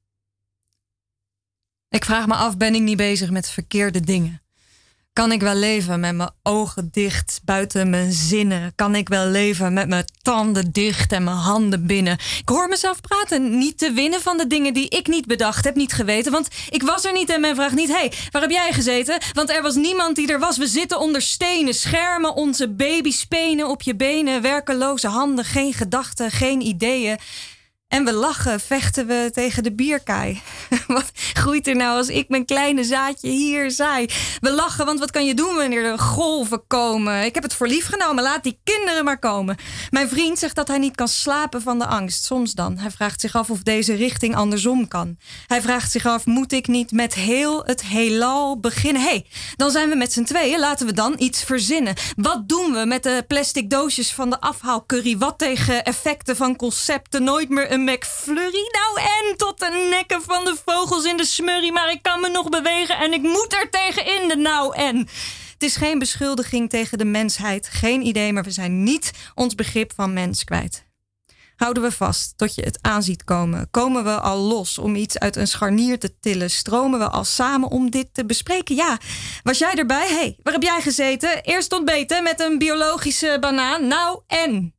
Ik vraag me af, ben ik niet bezig met verkeerde dingen? Kan ik wel leven met mijn ogen dicht buiten mijn zinnen? Kan ik wel leven met mijn tanden dicht en mijn handen binnen? Ik hoor mezelf praten, niet te winnen van de dingen die ik niet bedacht heb, niet geweten. Want ik was er niet en men vraagt niet, hey, waar heb jij gezeten? Want er was niemand die er was. We zitten onder stenen, schermen, onze babyspenen op je benen. Werkeloze handen, geen gedachten, geen ideeën. En we lachen, vechten we tegen de bierkaai. Wat groeit er nou als ik mijn kleine zaadje hier zaai? We lachen, want wat kan je doen wanneer er golven komen? Ik heb het voor lief genomen, laat die kinderen maar komen. Mijn vriend zegt dat hij niet kan slapen van de angst. Soms dan. Hij vraagt zich af of deze richting andersom kan. Hij vraagt zich af, moet ik niet met heel het heelal beginnen? Hey, dan zijn we met z'n tweeën, laten we dan iets verzinnen. Wat doen we met de plastic doosjes van de afhaalcurry? Wat tegen effecten van concepten? Nooit meer een McFlurry? Nou en tot de nekken van de vogels in de smurrie. Maar ik kan me nog bewegen en ik moet er tegenin de nou en. Het is geen beschuldiging tegen de mensheid. Geen idee, maar we zijn niet ons begrip van mens kwijt. Houden we vast tot je het aan ziet komen? Komen we al los om iets uit een scharnier te tillen? Stromen we al samen om dit te bespreken? Ja, was jij erbij? Hey, waar heb jij gezeten? Eerst ontbeten met een biologische banaan. Nou en...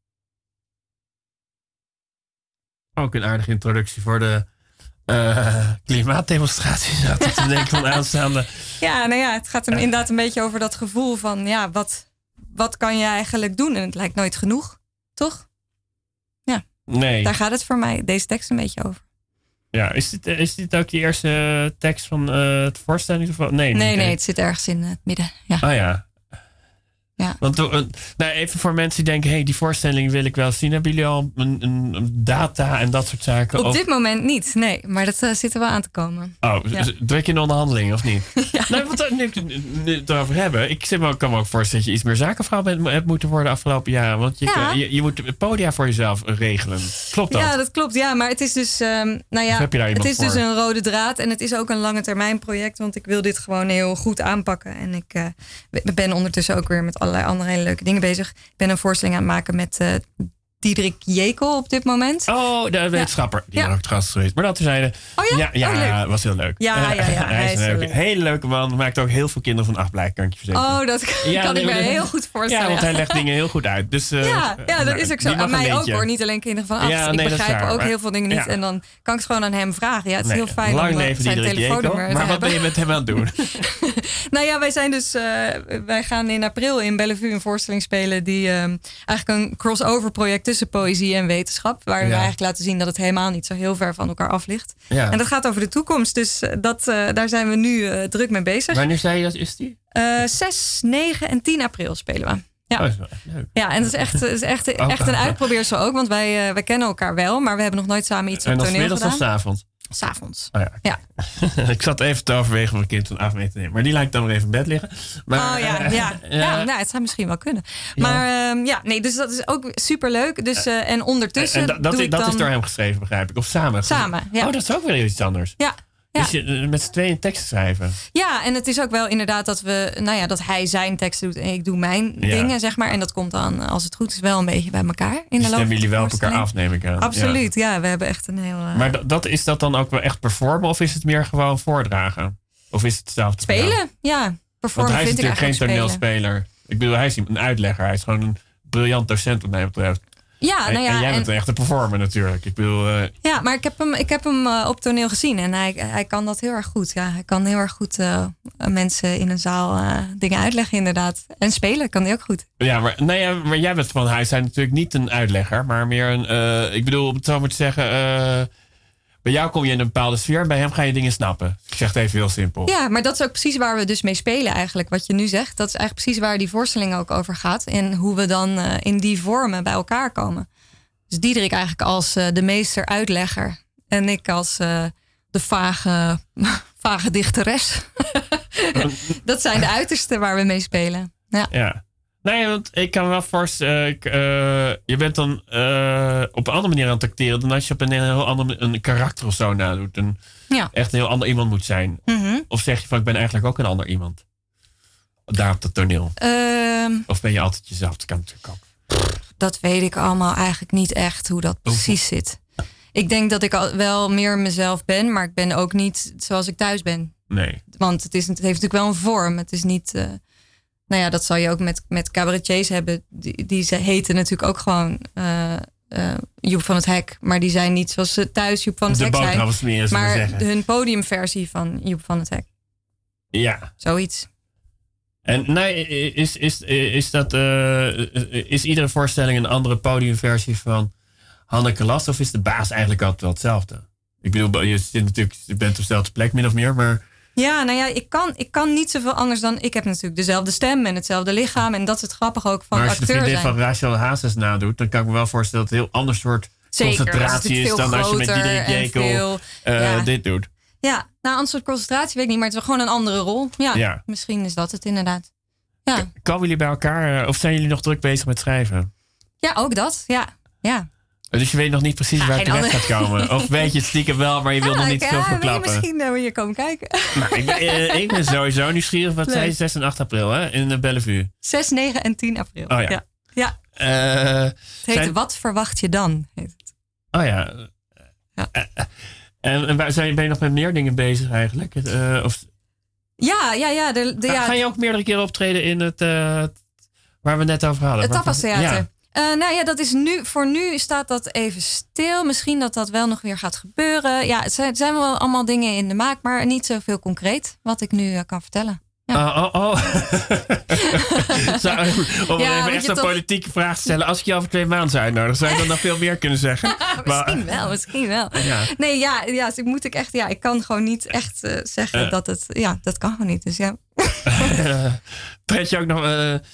Ook een aardige introductie voor de klimaatdemonstraties. Te denken van aanstaande. Ja, het gaat hem inderdaad een beetje over dat gevoel van... ja, wat wat kan je eigenlijk doen? En het lijkt nooit genoeg, toch? Nee. Daar gaat het voor mij, deze tekst, een beetje over. Ja, is dit ook je eerste tekst van het voorstelling? Nee, Nee, het zit ergens in het midden. Ja. Ah ja. Ja. Want even voor mensen die denken, die voorstelling wil ik wel zien. Hebben jullie al een data en dat soort zaken? Op dit moment niet, nee. Maar dat zit er wel aan te komen. Oh, Ja. druk je in de onderhandeling of niet? Ja. Nou, wat nu het erover hebben. Ik kan me ook voorstellen dat je iets meer zakenvrouw hebt moeten worden afgelopen jaar. Want Ja. je moet het podia voor jezelf regelen. Klopt dat? Ja, dat klopt. Ja, maar het is dus, Of heb je daar het iemand is dus voor? een rode draad. En het is ook een lange termijn project. Want ik wil dit gewoon heel goed aanpakken. En ik ben ondertussen ook weer met allerlei andere hele leuke dingen bezig. Ik ben een voorstelling aan het maken met Diederik Jekel op dit moment. Oh, de wetenschapper. Die is ook gast geweest. Maar dat terzijde. Oh ja? Ja, Oh, leuk. was heel leuk. Ja, hij is een heel leuke, leuk. hele leuke man. Maakt ook heel veel kinderen van 8 blij, kan ik je verzekeren. Oh, dat kan ik me heel goed voorstellen. Ja, want hij legt dingen heel goed uit. Dus, ja, dat is ook zo. die mag Aan een mij ook lintje. hoor. Niet alleen kinderen van 8. Ja, ik nee, dat is begrijp waar, ook maar- heel veel dingen niet. ja. En dan kan ik het gewoon aan hem vragen. Ja, het is Nee, heel fijn lang om leven zijn Diederik Jekel. telefoonnummer te Maar wat ben hebben. je met hem aan het doen? Nou ja, wij zijn dus. Wij gaan in april in Bellevue een voorstelling spelen. Die eigenlijk een crossover project tussen poëzie en wetenschap. Waar we eigenlijk laten zien dat het helemaal niet zo heel ver van elkaar af ligt. Ja. En dat gaat over de toekomst. Dus daar zijn we nu druk mee bezig. Wanneer zei je dat is die? 6, 9 en 10 april spelen we. Ja. Oh, dat is wel echt leuk. Ja, en dat is echt een uitprobeersel ook. Want wij kennen elkaar wel, maar we hebben nog nooit samen iets op En dan toneel smiddags of gedaan. 's avonds? S'avonds. Oh ja. Ik zat even te overwegen om een kind van 8 mee te nemen. Maar die laat ik dan weer even in bed liggen. Maar, Nou, het zou misschien wel kunnen. Maar dus dat is ook superleuk. Dus, en ondertussen en doe ik dat dan... is door hem geschreven, begrijp ik. Of samen? Samen, ja. Oh, dat is ook weer iets anders. Ja. Dus je, met z'n tweeën teksten schrijven. Ja, en het is ook wel inderdaad dat dat hij zijn tekst doet en ik doe mijn dingen, zeg maar. En dat komt dan, als het goed is, wel een beetje bij elkaar. In Die de loop stemmen jullie wel op van de elkaar voorstelling. af, neem ik aan. Absoluut, ja. We hebben echt een heel... Maar is dat dan ook wel echt performen of is het meer gewoon voordragen? Of is het hetzelfde? Spelen, ja. Want Performen hij is vind ik natuurlijk geen eigenlijk spelen. toneelspeler. Ik bedoel, hij is een uitlegger. Hij is gewoon een briljant docent wat mij betreft. Ja, En jij bent echt een performer natuurlijk. Ik bedoel... Ja, maar ik heb hem op toneel gezien en hij kan dat heel erg goed. Ja, hij kan heel erg goed mensen in een zaal dingen uitleggen inderdaad. En spelen kan hij ook goed. Ja, maar jij bent van huis zijn natuurlijk niet een uitlegger, maar meer een... ik bedoel, om het zo maar te zeggen... bij jou kom je in een bepaalde sfeer en bij hem ga je dingen snappen. Ik zeg het even heel simpel. Ja, maar dat is ook precies waar we dus mee spelen eigenlijk. Wat je nu zegt, dat is eigenlijk precies waar die voorstelling ook over gaat. En hoe we dan in die vormen bij elkaar komen. Dus Diederik eigenlijk als de meester uitlegger. En ik als de vage dichteres. Dat zijn de uitersten waar we mee spelen. Ja. Nee, want ik kan me wel voorstellen... je bent dan op een andere manier aan het acteren... dan als je op een heel ander een karakter of zo nadoet. Echt een heel ander iemand moet zijn. Mhm. Of zeg je van, ik ben eigenlijk ook een ander iemand? Daar op het toneel. Of ben je altijd jezelf? Dat kan natuurlijk ook. Dat weet ik allemaal eigenlijk niet echt hoe dat precies zit. Ik denk dat ik wel meer mezelf ben, maar ik ben ook niet zoals ik thuis ben. Nee. Want het heeft natuurlijk wel een vorm. Het is niet... dat zal je ook met cabaretiers hebben. Die ze heten natuurlijk ook gewoon Joep van het Hek. Maar die zijn niet zoals ze thuis Joep van het Hek zijn. De boterhammen smeren, zullen we Maar zeggen. hun podiumversie van Joep van het Hek. Ja. Zoiets. En is iedere voorstelling een andere podiumversie van Hanneke Last? Of is de baas eigenlijk altijd wel hetzelfde? Ik bedoel, je bent op dezelfde plek min of meer, maar... Ja, ik kan niet zoveel anders dan... Ik heb natuurlijk dezelfde stem en hetzelfde lichaam. En dat is het grappige ook van Maar als je de acteur vriendin zijn. van Rachel Hazes nadoet, dan kan ik me wel voorstellen dat het een heel ander soort concentratie is dan als je met Diederik Jekel dit doet. Ja, een ander soort concentratie weet ik niet, maar het is gewoon een andere rol. Ja. Misschien is dat het inderdaad. Ja, Komen jullie bij elkaar of zijn jullie nog druk bezig met schrijven? ja ook dat. Ja. Dus je weet nog niet precies waar het geen terecht gaat komen. Of weet je het stiekem wel, maar je wil nog niet veel verklappen. Misschien wil je komen kijken. Nou, ik ben sowieso nieuwsgierig. Wat zei je? 6 en 8 april hè? In de Bellevue. 6, 9 en 10 april. Oh ja. Ja. Het heet Wat verwacht je dan? Heet het. Oh ja. En ben je nog met meer dingen bezig eigenlijk? Ja. Ga je ook meerdere keren optreden in het... waar we net over hadden? Het Tapas Theater. Ja. Dat is nu, voor nu staat dat even stil. Misschien dat wel nog weer gaat gebeuren. Ja, het zijn wel allemaal dingen in de maak, maar niet zoveel concreet wat ik nu kan vertellen. Oh. Om Ja, even moet echt je een toch- politieke vraag te stellen. Als ik je over 2 maanden zou uitnodigen, zou je dan nog veel meer kunnen zeggen? Misschien wel. Ja. Nee, ja, dus moet ik echt... Ja, ik kan gewoon niet echt zeggen dat het... Ja, dat kan gewoon niet. Dus ja. Tred je ook nog...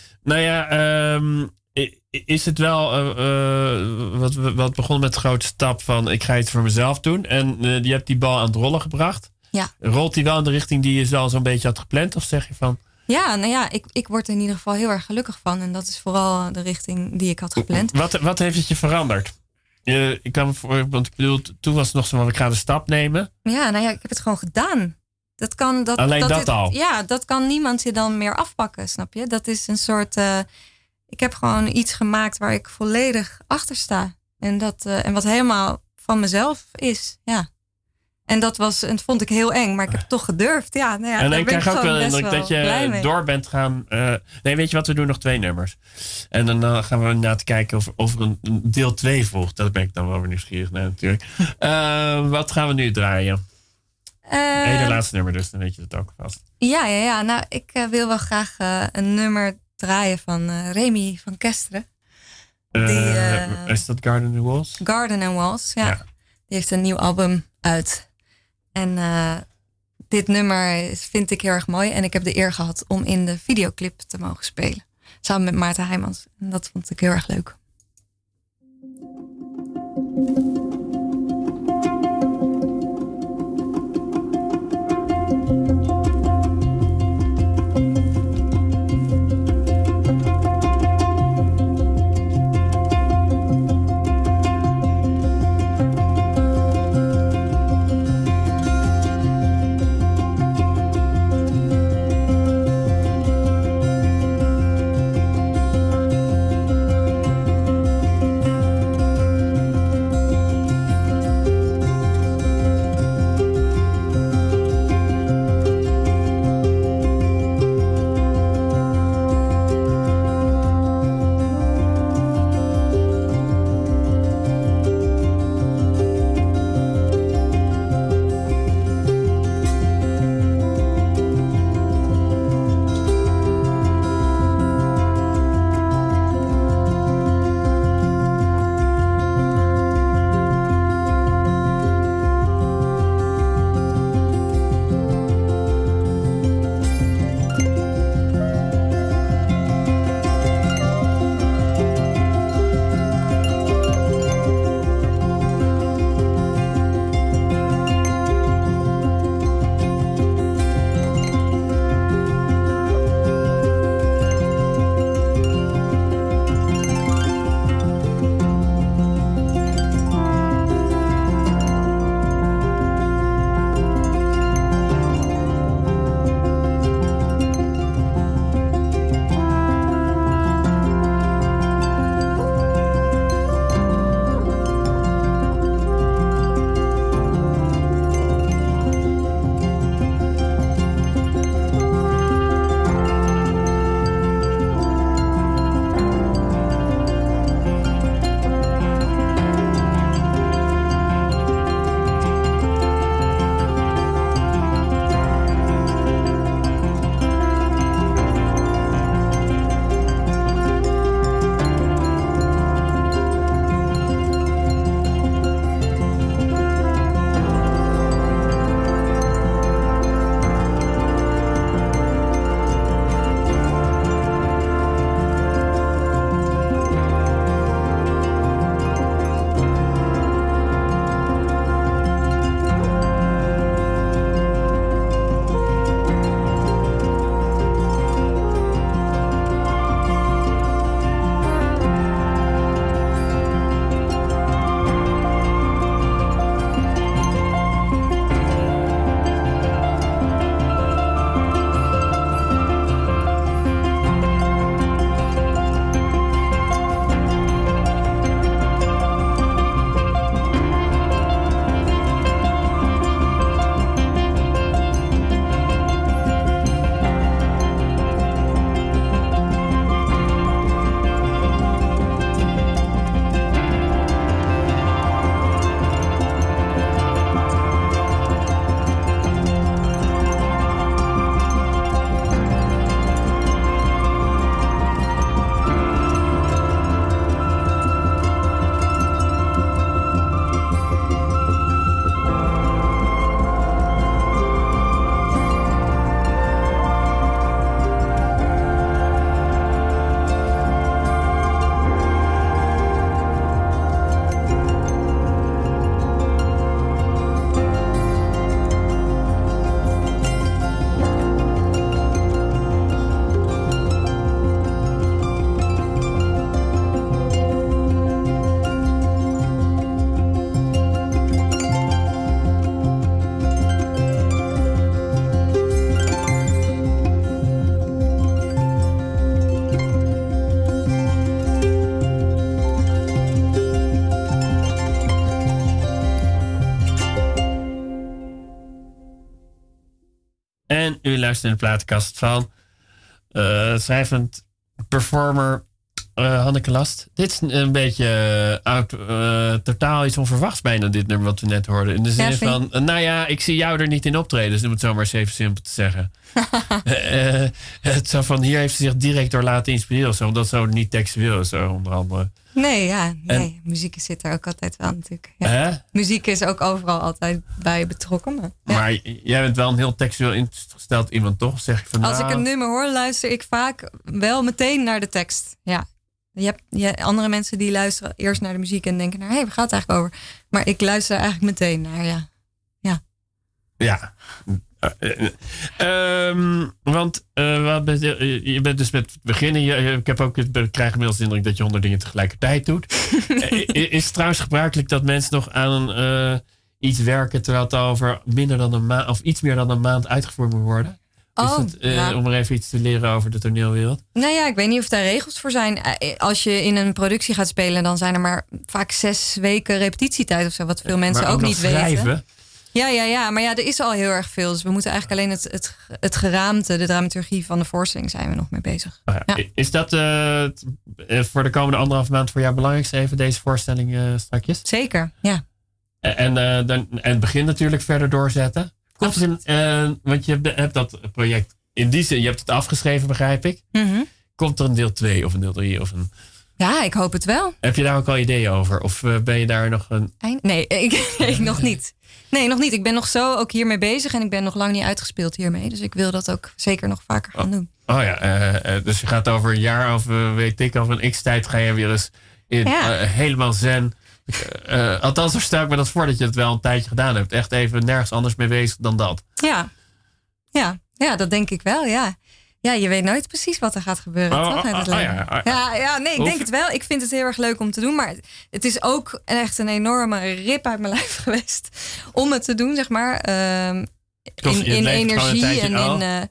is het wel wat begon met de grote stap van ik ga iets voor mezelf doen. En je hebt die bal aan het rollen gebracht. Ja. Rolt die wel in de richting die je zo zo'n beetje had gepland? Of zeg je van... Ja, nou ja, ik word er in ieder geval heel erg gelukkig van. En dat is vooral de richting die ik had gepland. Wat heeft het je veranderd? Ik kan me want ik bedoel, toen was het nog zo van ik ga de stap nemen. Ja, nou ja, ik heb het gewoon gedaan. Alleen dat al? Ja, dat kan niemand je dan meer afpakken, snap je? Dat is een soort... ik heb gewoon iets gemaakt waar ik volledig achter sta. En wat helemaal van mezelf is, ja. En dat vond ik heel eng, maar ik heb het toch gedurfd. Ja, nou ja, En daar ik ben krijg ook wel gewoon indruk best dat blij je mee. door bent gaan... nee, weet je wat? We doen nog 2 nummers. En dan gaan we inderdaad kijken of er een deel 2 volgt. Dat ben ik dan wel weer nieuwsgierig naar natuurlijk. Wat gaan we nu draaien? De laatste nummer dus, dan weet je het ook vast. Ja. Nou, ik wil wel graag een nummer draaien van Remy van Kesteren. Is dat Garden and Walls? Garden and Walls, ja. Ja. Die heeft een nieuw album uit. En dit nummer vind ik heel erg mooi. En ik heb de eer gehad om in de videoclip te mogen spelen. Samen met Maarten Heijmans. En dat vond ik heel erg leuk. You En u luistert in de platenkast van schrijvend performer Hanneke Last. Dit is een beetje totaal iets onverwachts bijna, dit nummer wat we net hoorden. In de zin van, ik zie jou er niet in optreden. Dus om het zo maar eens even simpel te zeggen. Het zo van, hier heeft ze zich direct door laten inspireren. Of zo, omdat zo niet textueel is, zo onder andere. Nee, muziek zit er ook altijd wel natuurlijk. Ja. Muziek is ook overal altijd bij betrokken. Maar jij bent wel een heel textueel ingesteld iemand, toch? Zeg je van, als ik een nummer hoor, luister ik vaak wel meteen naar de tekst. Ja. Je hebt andere mensen die luisteren eerst naar de muziek en denken, waar gaat het eigenlijk over? Maar ik luister eigenlijk meteen naar, Ja. Want je bent dus met beginnen. Ik krijg inmiddels de indruk dat je 100 dingen tegelijkertijd doet. Is het trouwens gebruikelijk dat mensen nog aan iets werken terwijl het over minder dan een maand of iets meer dan een maand uitgevoerd moet worden? Om er even iets te leren over de toneelwereld? Nou ja, ik weet niet of daar regels voor zijn. Als je in een productie gaat spelen, dan zijn er maar vaak 6 weken repetitietijd of zo, wat veel mensen ook niet weten. Ja, maar er is al heel erg veel. Dus we moeten eigenlijk alleen het geraamte, de dramaturgie van de voorstelling zijn we nog mee bezig. Is dat voor de komende 1,5 maand voor jou belangrijkste even, deze voorstelling strakjes? Zeker, ja. En het begin natuurlijk verder doorzetten. Komt er want je hebt dat project in die zin, je hebt het afgeschreven, begrijp ik. Mm-hmm. Komt er een deel 2 of een deel 3 of een... Ja, ik hoop het wel. Heb je daar ook al ideeën over? Of ben je daar nog een... Nee, ik nog niet. Nee, nog niet. Ik ben nog zo ook hiermee bezig en ik ben nog lang niet uitgespeeld hiermee. Dus ik wil dat ook zeker nog vaker gaan doen. Dus je gaat over een jaar of weet ik, over een x-tijd ga je weer eens in helemaal zen. Althans, zo stel ik me dat voor dat je het wel een tijdje gedaan hebt. Echt even nergens anders mee bezig dan dat. Ja, dat denk ik wel, ja. Ja, je weet nooit precies wat er gaat gebeuren. Toch? Ik denk het wel. Ik vind het heel erg leuk om te doen. Maar het is ook echt een enorme rip uit mijn lijf geweest om het te doen, zeg maar. In energie en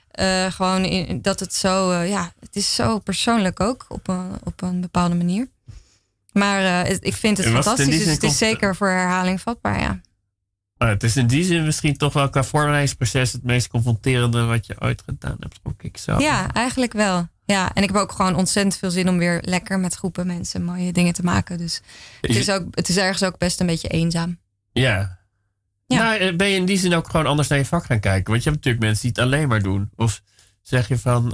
in dat het zo... het is zo persoonlijk ook op een bepaalde manier. Maar ik vind het fantastisch. Dus het is zeker voor herhaling vatbaar, ja. Het is in die zin misschien toch wel qua voorbereidingsproces het meest confronterende wat je ooit gedaan hebt, ook ik zo. Ja, eigenlijk wel. Ja, en ik heb ook gewoon ontzettend veel zin om weer lekker met groepen mensen mooie dingen te maken. Dus het is ergens ook best een beetje eenzaam. Ja. Nou, ben je in die zin ook gewoon anders naar je vak gaan kijken? Want je hebt natuurlijk mensen die het alleen maar doen. Of zeg je van...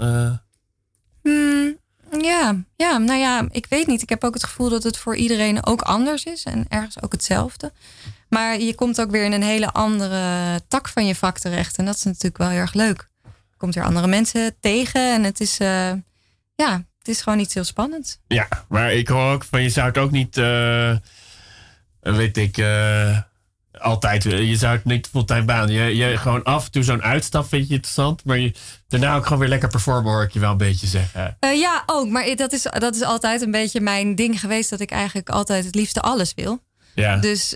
ik weet niet. Ik heb ook het gevoel dat het voor iedereen ook anders is. En ergens ook hetzelfde. Maar je komt ook weer in een hele andere tak van je vak terecht. En dat is natuurlijk wel heel erg leuk. Je komt weer andere mensen tegen. En het is, het is gewoon iets heel spannends. Ja, maar ik hoor ook van je zou het ook niet, altijd. Je zou het niet fulltime baan. Je gewoon af en toe zo'n uitstap vind je interessant. Maar daarna ook gewoon weer lekker performen, hoor ik je wel een beetje zeggen. Ja, ook. Maar dat is altijd een beetje mijn ding geweest. Dat ik eigenlijk altijd het liefste alles wil. Ja. Dus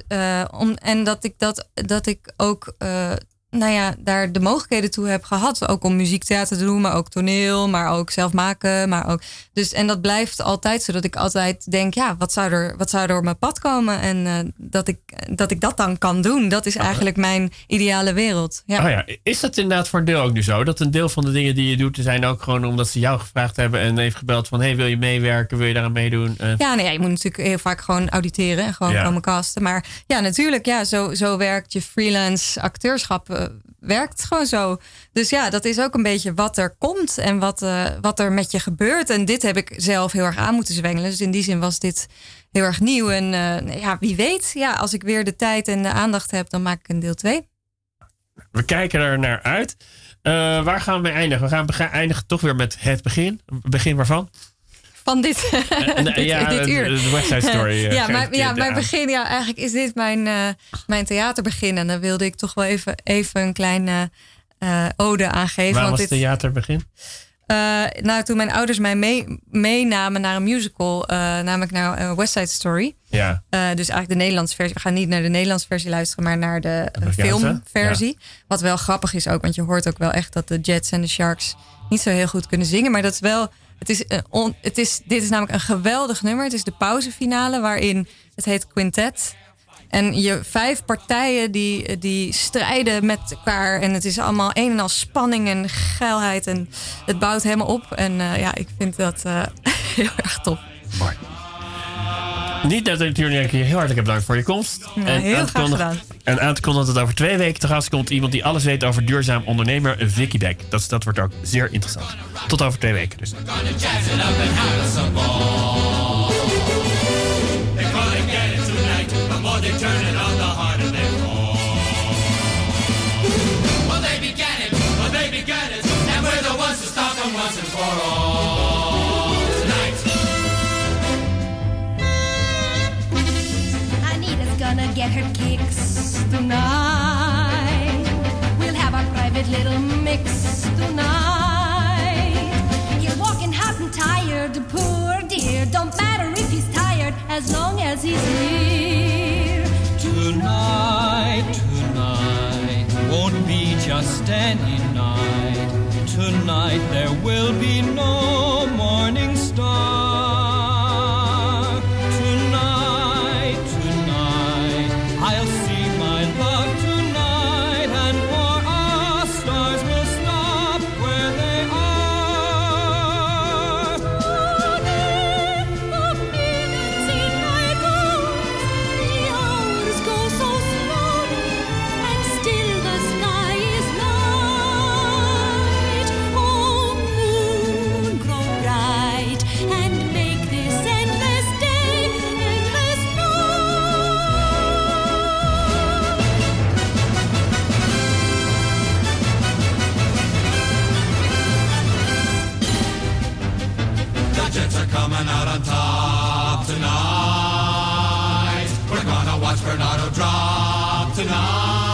dat ik ook daar de mogelijkheden toe heb gehad. Ook om muziektheater te doen, maar ook toneel, maar ook zelf maken. Maar ook, en dat blijft altijd zo dat ik altijd denk, wat zou er op mijn pad komen? En dat ik dat dan kan doen. Dat is eigenlijk mijn ideale wereld. Ja. Is dat inderdaad voor een deel ook nu zo? Dat een deel van de dingen die je doet, zijn ook gewoon omdat ze jou gevraagd hebben en heeft gebeld van, wil je meewerken? Wil je daar aan meedoen? Je moet natuurlijk heel vaak gewoon auditeren en gewoon komen casten. Maar ja, natuurlijk, zo werkt je freelance acteurschap. Werkt gewoon zo. Dus dat is ook een beetje wat er komt en wat er met je gebeurt. En dit heb ik zelf heel erg aan moeten zwengelen. Dus in die zin was dit heel erg nieuw. En wie weet, als ik weer de tijd en de aandacht heb, dan maak ik een deel 2. We kijken er naar uit. Waar gaan we mee eindigen? We gaan eindigen toch weer met het begin. Begin waarvan? Van dit uur. De West Side Story. Mijn begin. Eigenlijk is dit mijn theaterbegin. En dan wilde ik toch wel even een kleine ode aangeven. Waar was het theaterbegin? Toen mijn ouders mij meenamen naar een musical, namelijk naar West Side Story. Ja. Dus eigenlijk de Nederlandse versie. We gaan niet naar de Nederlandse versie luisteren, maar naar de filmversie. Ja. Wat wel grappig is ook, want je hoort ook wel echt dat de Jets en de Sharks niet zo heel goed kunnen zingen. Maar dat is wel... Dit is namelijk een geweldig nummer. Het is de pauzefinale waarin het heet Quintet. En je 5 partijen die strijden met elkaar. En het is allemaal een en al spanning en geilheid. En het bouwt helemaal op. En ik vind dat heel erg top. Mooi. Niet dat ik natuurlijk heel hartelijk bedankt voor je komst. Ja, heel graag gedaan. En aan te kondigen dat het over 2 weken te gast komt iemand die alles weet over duurzaam ondernemer, Vicky Beck. Dat wordt ook zeer interessant. Tot over 2 weken dus. Gonna get her kicks tonight. We'll have a private little mix tonight. He's walking hot and tired, poor dear. Don't matter if he's tired, as long as he's here. Tonight won't be just any night. Tonight there will be no morning star. I'll see my love tonight, and for us stars will stop where they are. The minutes in my goes, the hours go so slowly, and still the sky is night. Oh, moon, grow bright, and make this endless day endless night. The Jets are coming out on top tonight. We're gonna watch Bernardo drop tonight.